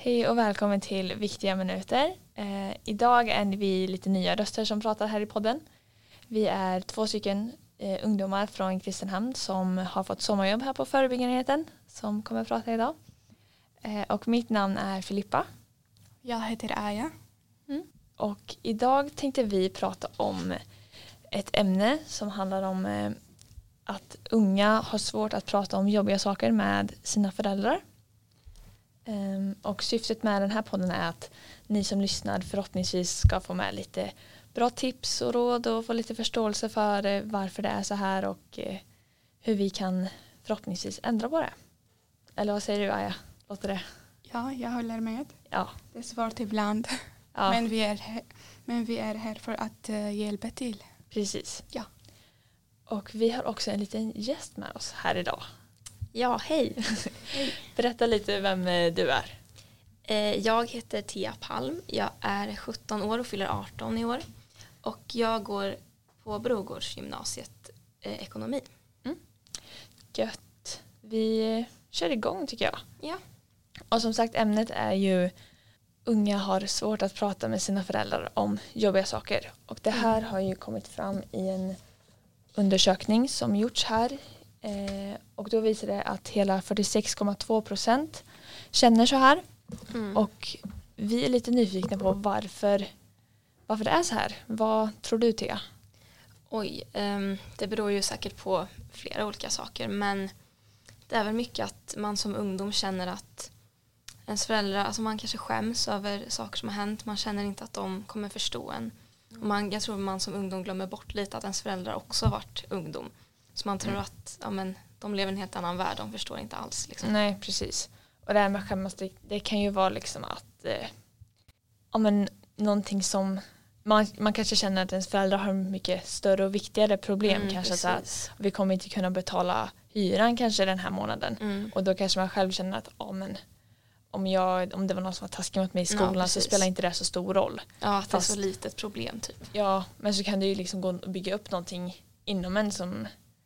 Hej och välkommen till Viktiga minuter. Idag är vi lite nya röster som pratar här i podden. Vi är 2 ungdomar från Kristinehamn som har fått sommarjobb här på förebyggarenheten som kommer att prata idag. Och mitt namn är Filippa. Jag heter Aja. Och idag tänkte vi prata om ett ämne som handlar om att unga har svårt att prata om jobbiga saker med sina föräldrar. Och syftet med den här podden är att ni som lyssnar förhoppningsvis ska få med lite bra tips och råd och få lite förståelse för varför det är så här och hur vi kan förhoppningsvis ändra på det. Eller vad säger du, Aja? Låter det? Ja, jag håller med. Ja. Det är svårt ibland. Ja. Men vi är här för att hjälpa till. Precis. Ja. Och vi har också en liten gäst med oss här idag. Ja, hej. Berätta lite vem du är. Jag heter Tia Palm. Jag är 17 år och fyller 18 i år. Och jag går på Brogårdsgymnasiet ekonomi. Gött. Vi kör igång tycker jag. Ja. Och som sagt, ämnet är ju unga har svårt att prata med sina föräldrar om jobbiga saker. Och det här har ju kommit fram i en undersökning som gjorts här. Och då visar det att hela 46,2% känner så här. Och vi är lite nyfikna på varför det är så här. Vad tror du, Thea? Oj, det beror ju säkert på flera olika saker. Men det är väl mycket att man som ungdom känner att ens föräldrar, alltså man kanske skäms över saker som har hänt. Man känner inte att de kommer förstå en. Och jag tror man som ungdom glömmer bort lite att ens föräldrar också har varit ungdom. Så man tror att de lever i en helt annan värld, de förstår inte alls. Liksom. Nej, precis. Och det här med skämmas, det kan ju vara liksom att någonting som man kanske känner att ens föräldrar har mycket större och viktigare problem. Kanske så att vi kommer inte kunna betala hyran kanske den här månaden. Och då kanske man själv känner att om det var någon som var taskig mot mig i skolan så spelar inte det så stor roll. Ja, att det är så litet problem typ. Ja, men så kan det ju liksom gå och bygga upp någonting inom en som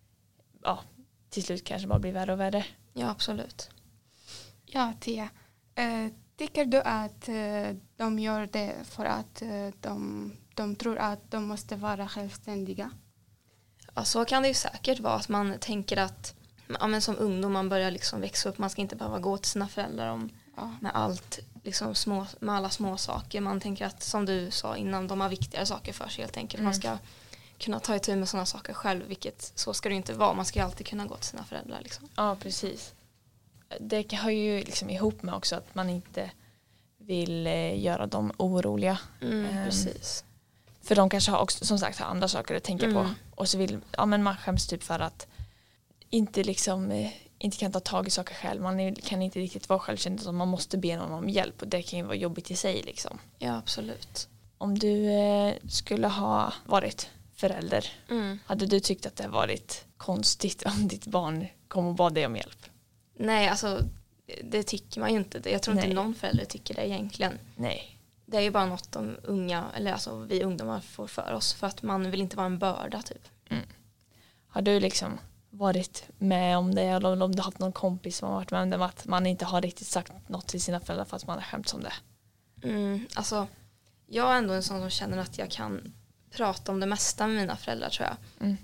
till slut kanske bara blir värre och värre. Ja, absolut. Ja, Tia. Tycker du att de gör det för att de tror att de måste vara självständiga? Ja, så kan det ju säkert vara att man tänker att som ungdom man börjar liksom växa upp. Man ska inte behöva gå till sina föräldrar med allt liksom med alla små saker. Man tänker att, som du sa innan, de har viktigare saker för sig helt enkelt. Man ska kunna ta itu med sådana saker själv, vilket så ska det inte vara. Man ska ju alltid kunna gå till sina föräldrar. Liksom. Ja, precis. Det har ju liksom ihop med också att man inte vill göra dem oroliga. Precis. För de kanske har också, som sagt, har andra saker att tänka på. Och så vill man skäms typ för att inte kan ta tag i saker själv. Man kan inte riktigt vara självkänd, så man måste be någon om hjälp. Och det kan ju vara jobbigt i sig. Liksom. Ja, absolut. Om du skulle ha varit förälder, hade du tyckt att det varit konstigt om ditt barn kom och bad dig om hjälp? Nej, alltså det tycker man ju inte. Jag tror inte någon förälder tycker det egentligen. Nej. Det är ju bara något de unga, eller alltså vi ungdomar får för oss. För att man vill inte vara en börda typ. Har du liksom varit med om det, eller om du har haft någon kompis som har varit med om det, att man inte har riktigt sagt något till sina föräldrar för att man har skämts om det? Alltså jag är ändå en sån som känner att jag kan prata om det mesta med mina föräldrar, tror jag.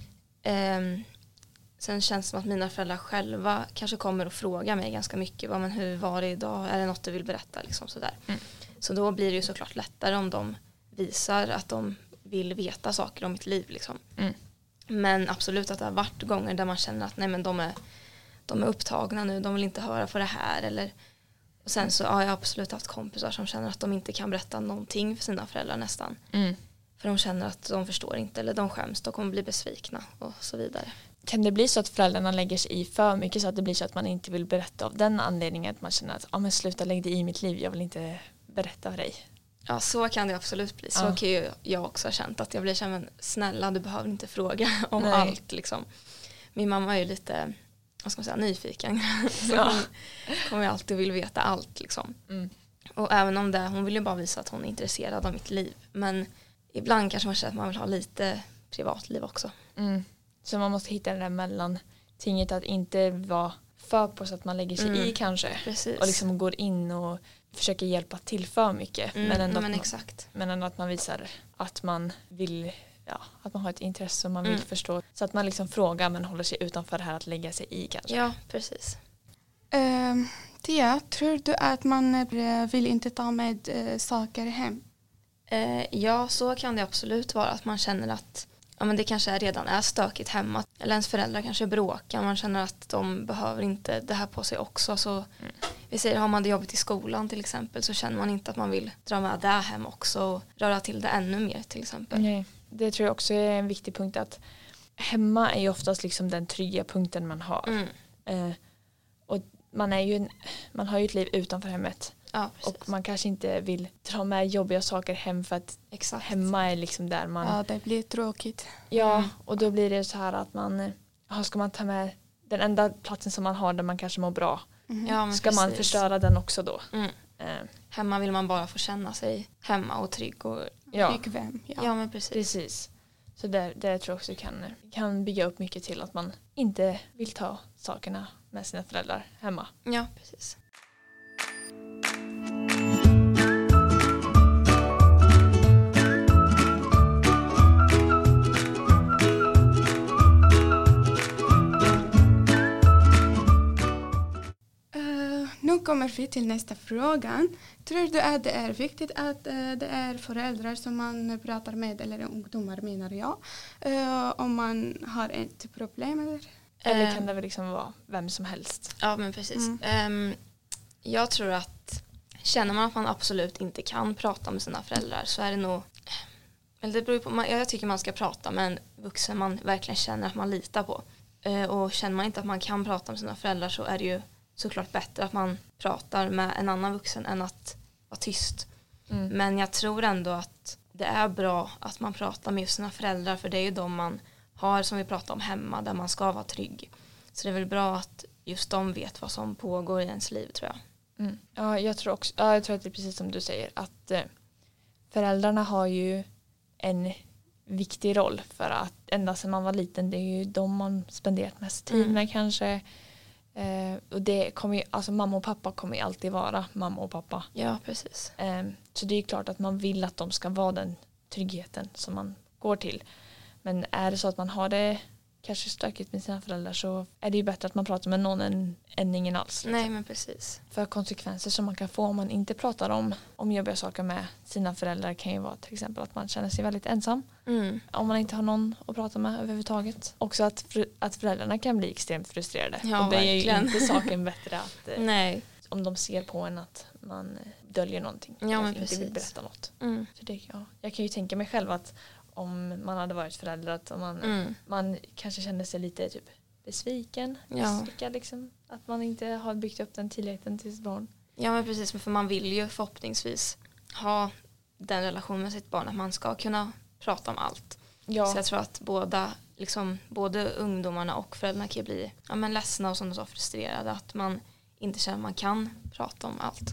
Sen känns det som att mina föräldrar själva kanske kommer och frågar mig ganska mycket. Men hur var det idag? Är det något du vill berätta? Liksom sådär. Så då blir det ju såklart lättare om de visar att de vill veta saker om mitt liv. Liksom. Men absolut att det har varit gånger där man känner att nej, men de är upptagna nu. De vill inte höra på det här. Och sen så har jag absolut haft kompisar som känner att de inte kan berätta någonting för sina föräldrar nästan. För de känner att de förstår inte, eller de skäms, de kommer bli besvikna och så vidare. Kan det bli så att föräldrarna lägger sig i för mycket så att det blir så att man inte vill berätta av den anledningen, att man känner att men sluta lägga dig i mitt liv, jag vill inte berätta för dig? Ja, så kan det absolut bli. Så kan ju jag också ha känt att jag blir så men snälla, du behöver inte fråga om allt liksom. Min mamma är ju lite, vad ska man säga, nyfiken. Så hon kommer ju alltid vilja veta allt liksom. Och även om hon vill ju bara visa att hon är intresserad av mitt liv. Men ibland kanske man känner att man vill ha lite privatliv också. Så man måste hitta det där mellantinget, att inte vara för på så att man lägger sig i kanske. Precis. Och liksom går in och försöker hjälpa till för mycket. Men exakt. Men ändå att man visar att man vill, att man har ett intresse och man vill förstå. Så att man liksom frågar men håller sig utanför det här att lägga sig i kanske. Ja, precis. Tia, tror du att man vill inte ta med saker hem? Ja, så kan det absolut vara. Att man känner att men det kanske redan är stökigt hemma. Eller ens föräldrar kanske bråkar. Man känner att de behöver inte det här på sig också. Så vi säger, har man det jobbigt i skolan till exempel, så känner man inte att man vill dra med det hem också och röra till det ännu mer till exempel. Nej, det tror jag också är en viktig punkt, att hemma är ju oftast liksom den trygga punkten man har. Och man har ju ett liv utanför hemmet. Ja, och man kanske inte vill dra med jobbiga saker hem för att hemma är liksom där man... Ja, det blir tråkigt. Ja, och då blir det så här att man... ska man ta med den enda platsen som man har där man kanske mår bra? Ja, men ska man förstöra den också då? Hemma vill man bara få känna sig hemma och trygg och bekväm. Ja, men precis. Så det tror jag också kan bygga upp mycket till att man inte vill ta sakerna med sina föräldrar hemma. Ja, precis. Nu kommer vi till nästa fråga. Tror du att det är viktigt att det är föräldrar som man pratar med, eller ungdomar menar jag, om man har ett problem eller? Eller kan det väl liksom vara vem som helst? Ja, men precis. Jag tror att känner man att man absolut inte kan prata med sina föräldrar, så är det nog, eller det beror på, jag tycker man ska prata med en vuxen man verkligen känner att man litar på. Och känner man inte att man kan prata med sina föräldrar, så är det ju såklart bättre att man pratar med en annan vuxen än att vara tyst. Men jag tror ändå att det är bra att man pratar med sina föräldrar, för det är ju de man har, som vi pratar om, hemma, där man ska vara trygg. Så det är väl bra att just de vet vad som pågår i ens liv, tror jag. Ja, jag tror att det är precis som du säger, att föräldrarna har ju en viktig roll, för att ända sedan man var liten, det är ju de man spenderat mest tid med kanske. Och det kommer ju, alltså mamma och pappa kommer ju alltid vara mamma och pappa. Ja, precis. Så det är klart att man vill att de ska vara den tryggheten som man går till. Men är det så att man har det kanske stökigt med sina föräldrar, så är det ju bättre att man pratar med någon än ingen alls. Liksom. Nej, men precis. För konsekvenser som man kan få om man inte pratar om jobbiga saker med sina föräldrar kan ju vara till exempel att man känner sig väldigt ensam. Om man inte har någon att prata med överhuvudtaget. Också att föräldrarna kan bli extremt frustrerade. Ja, och det verkligen. är ju inte saken bättre att Nej. Om de ser på en att man döljer någonting. Ja, men inte vill berätta något. Mm. Så det, jag kan ju tänka mig själv att om man hade varit förälder, att man kanske kände sig lite typ besviken, misslyckad liksom. Att man inte har byggt upp den tilliten till sitt barn. Ja, men precis, för man vill ju förhoppningsvis ha den relationen med sitt barn, att man ska kunna prata om allt. Ja. Så jag tror att både ungdomarna och föräldrarna kan bli ledsna och som du sa, frustrerade, att man inte känner att man kan prata om allt.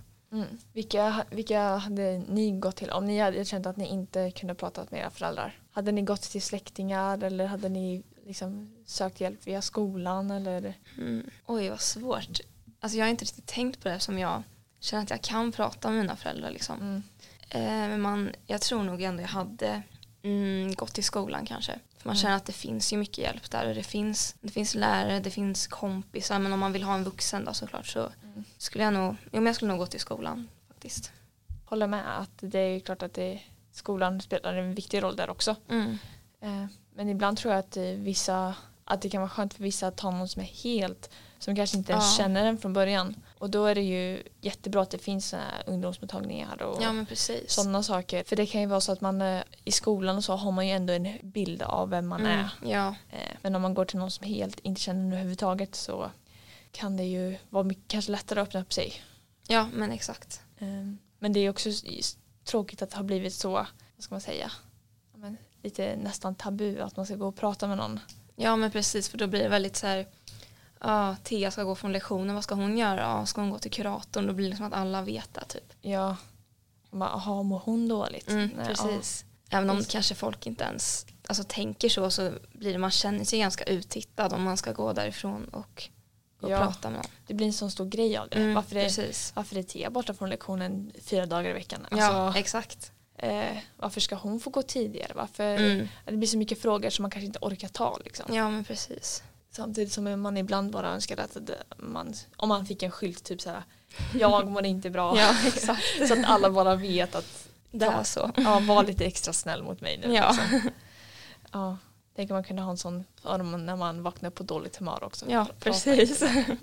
Vilka hade ni gått till om ni hade känt att ni inte kunde prata med era föräldrar? Hade ni gått till släktingar, eller hade ni liksom sökt hjälp via skolan? Eller? Oj, vad svårt. Alltså jag har inte riktigt tänkt på det, som jag känner att jag kan prata med mina föräldrar. Liksom. Men jag tror nog ändå jag hade gått till skolan kanske. För man känner att det finns ju mycket hjälp där. Och det finns lärare, det finns kompisar. Men om man vill ha en vuxen då, såklart, så skulle jag skulle nog gå till skolan faktiskt. Håller med att det är klart att skolan spelar en viktig roll där också. Men ibland tror jag att det kan vara skönt för vissa att ta någon som kanske inte ens känner den från början. Och då är det ju jättebra att det finns ungdomsmottagningar och sådana saker. För det kan ju vara så att man i skolan och så har man ju ändå en bild av vem man är. Ja. Men om man går till någon som helt inte känner den överhuvudtaget, så kan det ju vara mycket, kanske lättare att öppna upp sig. Ja, men exakt. Men det är också tråkigt att det har blivit så, vad ska man säga, lite nästan tabu att man ska gå och prata med någon. Ja, men precis, för då blir det väldigt så här, Tia ska gå från lektionen, vad ska hon göra? Ska hon gå till kuratorn? Då blir det liksom att alla vet det typ. Ja, mår hon dåligt? Nej, precis. Även om kanske folk inte ens tänker så blir det, man känner sig ganska uttittad om man ska gå därifrån och och Ja. prata med någon. Det blir en sån stor grej av det. Varför Precis. är Tia borta från lektionen 4 dagar i veckan? Ja, Alltså, exakt. varför ska hon få gå tidigare? Varför? Det blir så mycket frågor som man kanske inte orkar ta. Liksom. Ja, men precis. Samtidigt som man ibland bara önskar att om man fick en skylt typ så här, jag mår inte bra. Ja, exakt. Så att alla bara vet att Det är så. ja, var lite extra snäll mot mig nu. Ja. Liksom. Ja, tänker man kunde ha en sån för när man vaknar på dåligt humör också. Ja, Prata precis. inte.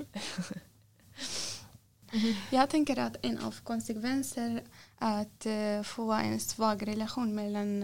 Jag tänker att en av konsekvenser att få en svag relation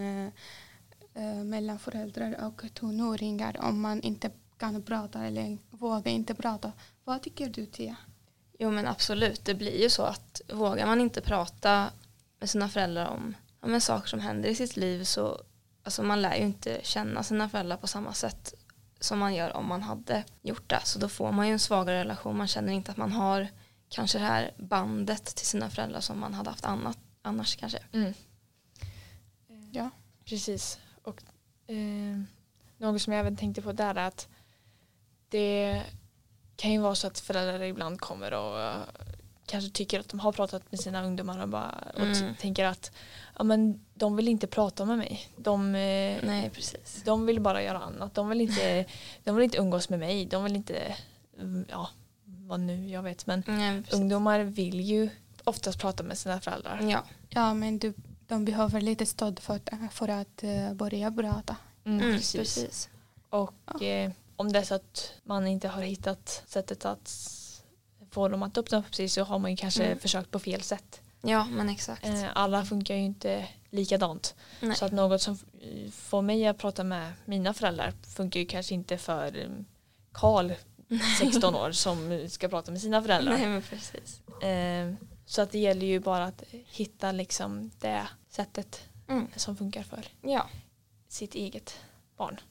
mellan föräldrar och tonåringar om man inte kan prata eller vågar inte prata. Vad tycker du, Tia? Jo, men absolut. Det blir ju så att vågar man inte prata med sina föräldrar om saker som händer i sitt liv, så alltså man lär ju inte känna sina föräldrar på samma sätt som man gör om man hade gjort det. Så då får man ju en svagare relation. Man känner inte att man har kanske det här bandet till sina föräldrar som man hade haft annars kanske. Mm. Ja. Precis. Och något som jag även tänkte på där är att det kan ju vara så att föräldrar ibland kommer och kanske tycker att de har pratat med sina ungdomar och tänker att ja, men de vill inte prata med mig. Nej, precis. De vill bara göra annat. De vill inte umgås med mig. De vill inte, ja, vad nu jag vet. Men ungdomar vill ju oftast prata med sina föräldrar. Ja. Ja, men de behöver lite stöd för att börja prata. Precis. Och om det är så att man inte har hittat sättet att få dem att öppna upp sig, så har man ju kanske försökt på fel sätt. Ja, men exakt. Alla funkar ju inte likadant. Nej. Så att något som får mig att prata med mina föräldrar funkar ju kanske inte för Karl, 16 år, som ska prata med sina föräldrar. Nej, men precis. Så att det gäller ju bara att hitta liksom det sättet som funkar för sitt eget barn.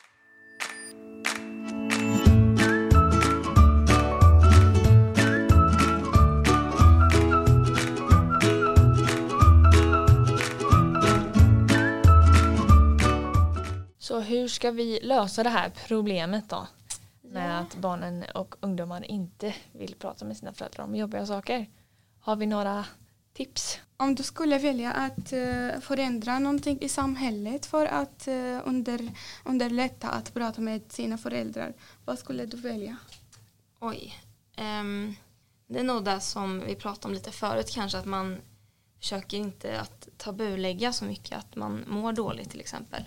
Så hur ska vi lösa det här problemet då? Med att barnen och ungdomar inte vill prata med sina föräldrar om jobbiga saker. Har vi några tips? Om du skulle välja att förändra någonting i samhället för att underlätta att prata med sina föräldrar, vad skulle du välja? Oj. Det är nog det som vi pratade om lite förut kanske, att man försöker inte att tabulägga så mycket att man mår dåligt till exempel.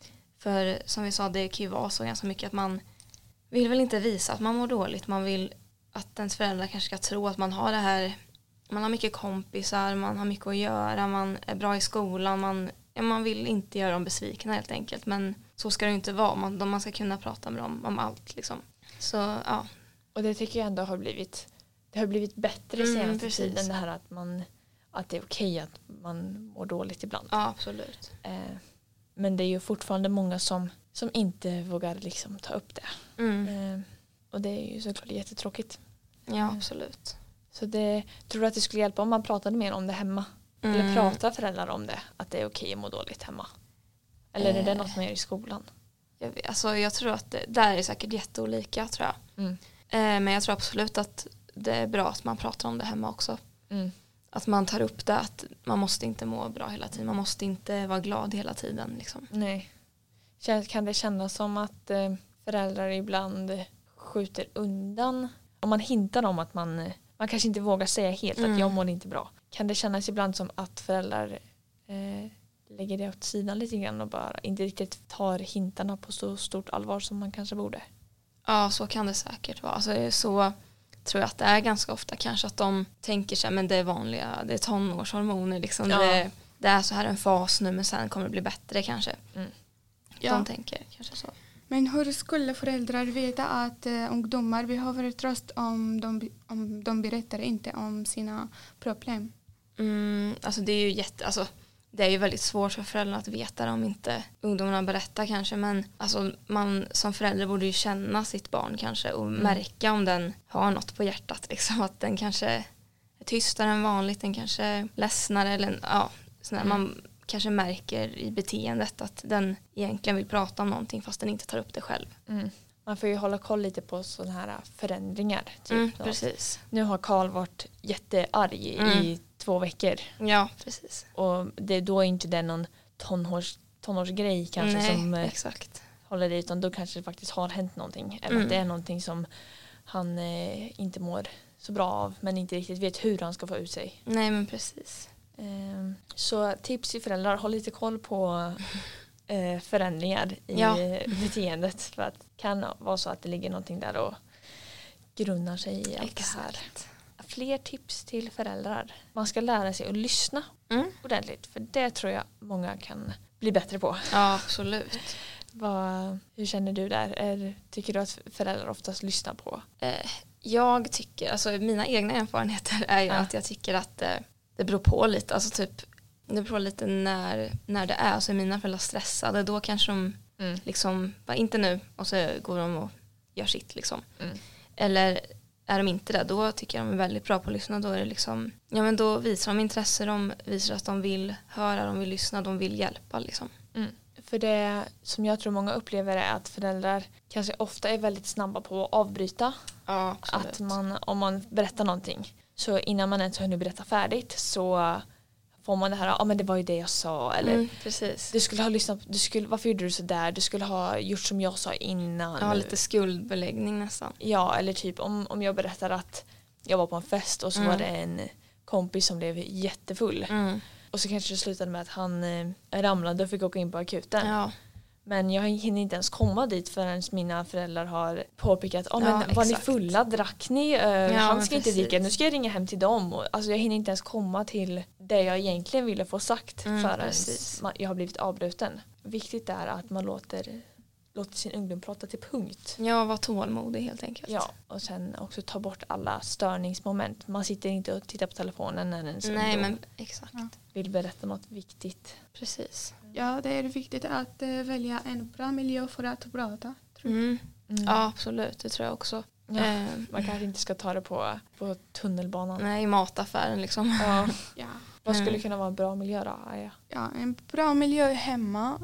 För som vi sa, det kan ju vara så ganska mycket att man vill väl inte visa att man mår dåligt. Man vill att ens föräldrar kanske ska tro att man har det här, man har mycket kompisar, man har mycket att göra, man är bra i skolan, man vill inte göra dem besvikna helt enkelt. Men så ska det ju inte vara, man ska kunna prata med dem om allt liksom. Så ja. Och det tycker jag ändå har blivit bättre senaste tiden, det här att det är okej att man mår dåligt ibland. Ja, absolut. Men det är ju fortfarande många som inte vågar liksom ta upp det. Och det är ju såklart jättetråkigt. Ja, absolut. Så tror du att det skulle hjälpa om man pratade mer om det hemma? Eller pratar föräldrar om det? Att det är okej att må dåligt hemma? Eller är det något man gör i skolan? Jag tror att det där är säkert jätteolika, tror jag. Men jag tror absolut att det är bra att man pratar om det hemma också. Att man tar upp det, att man måste inte må bra hela tiden. Man måste inte vara glad hela tiden. Liksom. Nej. Kan det kännas som att föräldrar ibland skjuter undan? Om man hintar om att man kanske inte vågar säga helt att jag mår inte bra. Kan det kännas ibland som att föräldrar lägger det åt sidan lite grann och bara inte riktigt tar hintarna på så stort allvar som man kanske borde? Ja, så kan det säkert vara. Alltså, så tror jag att det är ganska ofta kanske att de tänker sig, men det är vanliga, det är tonårshormoner liksom. Ja. Det är så här en fas nu, men sen kommer det bli bättre kanske. De tänker kanske så. Men hur skulle föräldrar veta att ungdomar behöver tröst om de berättar inte om sina problem? Alltså det är ju det är ju väldigt svårt för föräldrar att veta om inte ungdomarna berättar kanske, men alltså man som förälder borde ju känna sitt barn kanske och märka om den har något på hjärtat liksom, att den kanske är tystare än vanligt, den kanske är ledsnare eller man kanske märker i beteendet att den egentligen vill prata om någonting fast den inte tar upp det själv. Man får ju hålla koll lite på sådana här förändringar. Typ. Precis. Nu har Karl varit jättearg i 2 veckor. Ja, precis. Och då är inte det någon tonårsgrej kanske. Nej, som exakt. håller det, utan då kanske det faktiskt har hänt någonting. Eller att det är någonting som han inte mår så bra av, men inte riktigt vet hur han ska få ut sig. Nej, men precis. Så tips till föräldrar, håll lite koll på förändringar i beteendet. För att det kan vara så att det ligger någonting där och grunnar sig i allt det här. Fler tips till föräldrar. Man ska lära sig att lyssna ordentligt. För det tror jag många kan bli bättre på. Ja, absolut. Hur känner du där? Tycker du att föräldrar oftast lyssnar på? Jag tycker, alltså mina egna erfarenheter är ju att jag tycker att det beror på lite. Alltså typ, det beror lite när det är. Så är mina föräldrar stressade, då kanske de liksom, bara inte nu. Och så går de och gör sitt liksom. Eller är de inte det, då tycker jag de är väldigt bra på att lyssna. Då är det liksom, ja men då visar de intresse, de visar att de vill höra, de vill lyssna, de vill hjälpa liksom. För det som jag tror många upplever är att föräldrar kanske ofta är väldigt snabba på att avbryta. Ja, absolut. Att om man berättar någonting, så innan man ens hunnit berätta färdigt så får man det här, men det var ju det jag sa. Eller precis. Du skulle ha lyssnat, varför gjorde du så där? Du skulle ha gjort som jag sa innan. Ja, lite skuldbeläggning nästan. Ja, eller typ om jag berättar att jag var på en fest och så var det en kompis som blev jättefull. Och så kanske det slutade med att han ramlade och fick åka in på akuten. Ja. Men jag hinner inte ens komma dit förrän mina föräldrar har påpekat var ni fulla, drack ni? Han ska inte dricka, nu ska jag ringa hem till dem. Alltså jag hinner inte ens komma till det jag egentligen ville få sagt förrän jag har blivit avbruten. Viktigt är att man låter sin ungdom prata till punkt. Ja, var tålmodig helt enkelt. Ja, och sen också ta bort alla störningsmoment. Man sitter inte och tittar på telefonen när ens ungdom vill berätta något viktigt. Precis. Ja, det är viktigt att välja en bra miljö för att prata. Ja, absolut. Det tror jag också. Ja, man kanske inte ska ta det på tunnelbanan. Nej, i mataffären liksom. Ja. Vad skulle kunna vara en bra miljö då? Ja, en bra miljö hemma.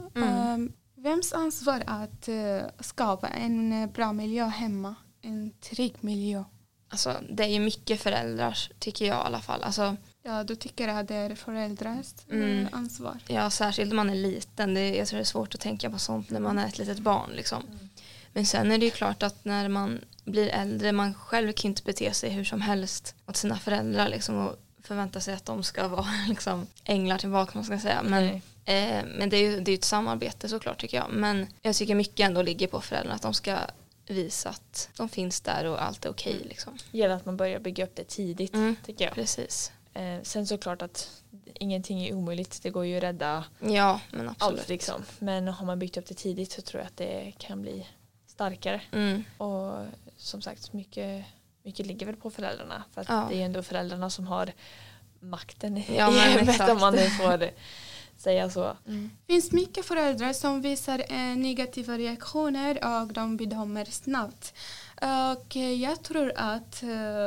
Vems ansvar att skapa en bra miljö hemma? En trygg miljö? Alltså, det är ju mycket föräldrars, tycker jag i alla fall. Alltså, ja, du tycker att det är föräldrars ansvar? Ja, särskilt när man är liten. Jag tror det är svårt att tänka på sånt när man är ett litet barn. Liksom. Men sen är det ju klart att när man blir äldre, man själv kan inte bete sig hur som helst mot sina föräldrar. Liksom, och förvänta sig att de ska vara liksom, änglar tillbaka, man ska säga. Men det är ju ett samarbete såklart, tycker jag. Men jag tycker mycket ändå ligger på föräldrarna, att de ska visa att de finns där och allt är okej. Liksom. Gäller att man börjar bygga upp det tidigt, tycker jag. Precis. Sen såklart att ingenting är omöjligt. Det går ju att rädda men absolut. allt. Liksom. Men har man byggt upp det tidigt så tror jag att det kan bli starkare. Och som sagt, mycket ligger väl på föräldrarna. För att det är ändå föräldrarna som har makten i hemmet, om man nu får säga så. Finns mycket föräldrar som visar negativa reaktioner och de bedömer snabbt. Och jag tror att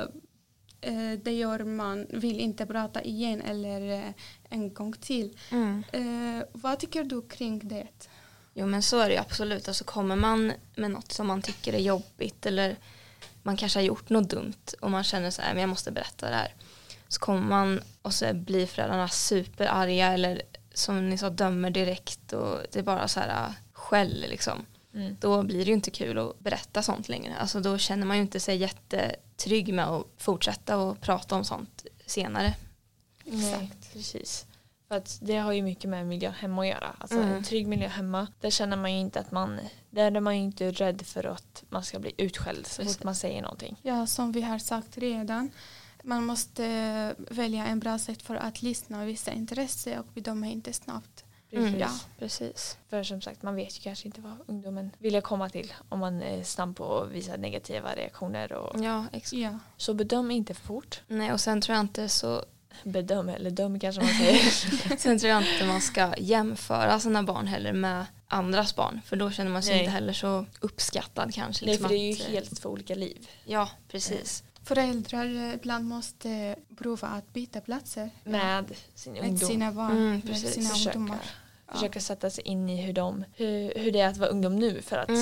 det gör man vill inte prata igen eller en gång till. Vad tycker du kring det? Jo, men så är det absolut. Alltså, kommer man med något som man tycker är jobbigt eller man kanske har gjort något dumt och man känner så här, men jag måste berätta det här. Så kommer man och så blir föräldrarna superarga eller som ni sa, dömer direkt och det är bara så här skäll liksom. Då blir det ju inte kul att berätta sånt längre. Alltså då känner man ju inte sig jättetrygg med att fortsätta och prata om sånt senare. Exakt, precis. För att det har ju mycket med miljö hemma att göra. Alltså en trygg miljö hemma, där känner man ju inte att där är man ju inte rädd för att man ska bli utskälld så fort man säger någonting. Ja, som vi har sagt redan. Man måste välja en bra sätt för att lyssna och visa intresse och bedöma inte snabbt. Precis. För som sagt, man vet ju kanske inte vad ungdomen vill komma till om man är snabb på att visa negativa reaktioner. Exakt. Så bedöm inte för fort. Nej, och sen tror jag inte så... Döm kanske man säger. Sen tror jag inte man ska jämföra sina barn heller med andras barn. För då känner man sig inte heller så uppskattad kanske. Nej, för det är ju helt för olika liv. Ja, precis. Föräldrar ibland måste prova att byta platser med sin ungdom. Med sina barn, med sina ungdomar. Försöka sätta sig in i hur det är att vara ungdom nu. För att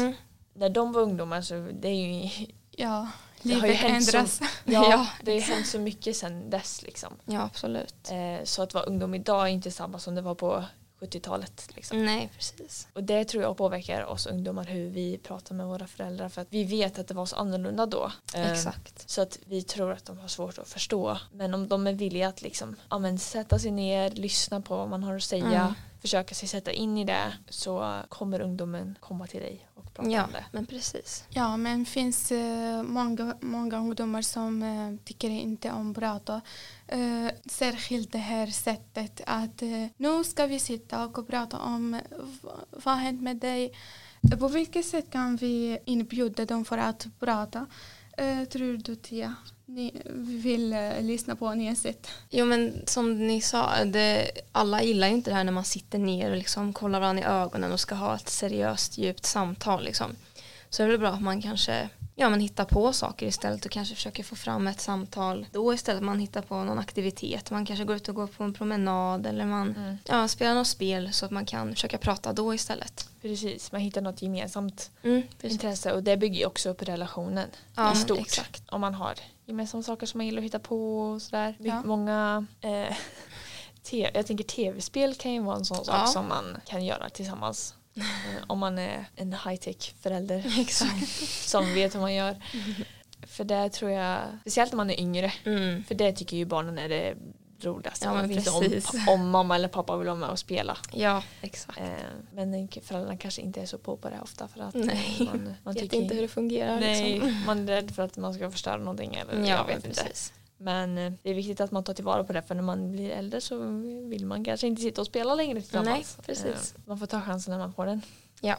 när de var ungdomar så det är ju... Ja, Det har ju livet hänt ändras. Ja, det har ju hänt så mycket sedan dess liksom. Ja, absolut. Så att vara ungdom idag är inte samma som det var på 70-talet liksom. Nej, precis. Och det tror jag påverkar oss ungdomar hur vi pratar med våra föräldrar för att vi vet att det var så annorlunda då. Exakt. Så att vi tror att de har svårt att förstå. Men om de är villiga att liksom, sätta sig ner, lyssna på vad man har att säga, försöka sig sätta in i det, så kommer ungdomen komma till dig och prata om det. Men precis. Ja, men det finns många ungdomar som tycker inte om att prata. Särskilt det här sättet att nu ska vi sitta och prata om vad har hänt med dig. På vilket sätt kan vi inbjuda dem för att prata? Tror du, Tia? Ni vill lyssna på nya sätt? Jo, men som ni sa, alla gillar ju inte det här när man sitter ner och liksom kollar varandra i ögonen och ska ha ett seriöst, djupt samtal. Liksom. Så det är väl bra att man kanske man hittar på saker istället och kanske försöker få fram ett samtal. Då istället man hittar på någon aktivitet. Man kanske går ut och går på en promenad eller man spelar något spel så att man kan försöka prata då istället. Precis, man hittar något gemensamt intresse och det bygger ju också upp relationen i stort. Exakt. Om man har gemensamma saker som man gillar att hitta på och sådär. Ja. Många jag tänker tv-spel kan ju vara en sån sak som man kan göra tillsammans. Om man är en high-tech förälder som vet vad man gör. För det tror jag, speciellt när man är yngre, för det tycker ju barnen är det roligaste. Ja, men om mamma eller pappa vill vara med och spela. Ja, exakt. Men föräldrarna kanske inte är så på det ofta för att man vet inte hur det fungerar. Nej, liksom. Man är rädd för att man ska förstöra någonting eller jag vet inte. Men det är viktigt att man tar tillvara på det, för när man blir äldre så vill man kanske inte sitta och spela längre tillsammans. Nej, precis. Man får ta chansen när man får den. Ja.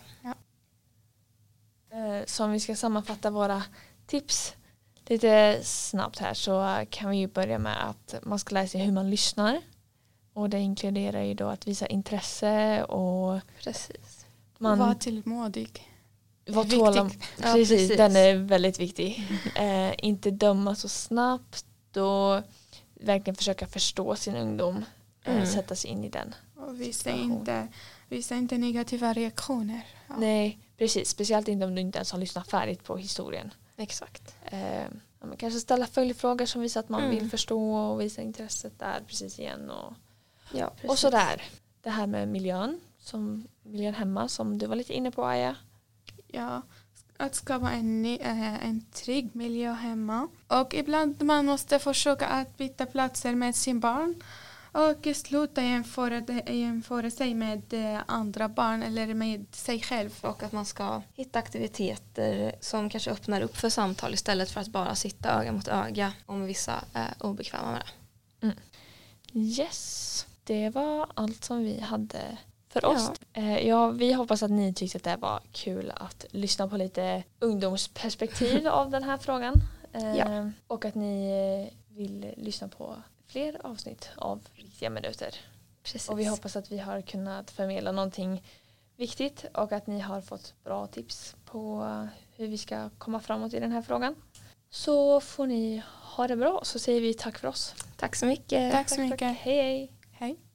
Så om vi ska sammanfatta våra tips lite snabbt här, så kan vi ju börja med att man ska lära sig hur man lyssnar. Och det inkluderar ju då att visa intresse och vara tillmådig. Precis, den är väldigt viktig. Inte döma så snabbt och verkligen försöka förstå sin ungdom. Sätta sig in i den. Och visa inte negativa reaktioner. Ja. Nej, precis. Speciellt inte om du inte ens har lyssnat färdigt på historien. Exakt. Man kanske ställa följdfrågor som visar att man vill förstå och visa intresset där precis igen. Och sådär. Det här med miljön hemma som du var lite inne på, Aja. Ja, att skapa en trygg miljö hemma. Och ibland man måste försöka att byta platser med sin barn. Och sluta jämföra sig med andra barn eller med sig själv. Och att man ska hitta aktiviteter som kanske öppnar upp för samtal istället för att bara sitta öga mot öga om vissa är obekväma med det. Yes, det var allt som vi hade för oss. Vi hoppas att ni tyckte att det var kul att lyssna på lite ungdomsperspektiv av den här frågan. Och att ni vill lyssna på fler avsnitt av Riktiga minuter. Precis. Och vi hoppas att vi har kunnat förmedla någonting viktigt och att ni har fått bra tips på hur vi ska komma framåt i den här frågan. Så får ni ha det bra, så säger vi tack för oss. Tack så mycket. Tack så mycket. Hej. Hej.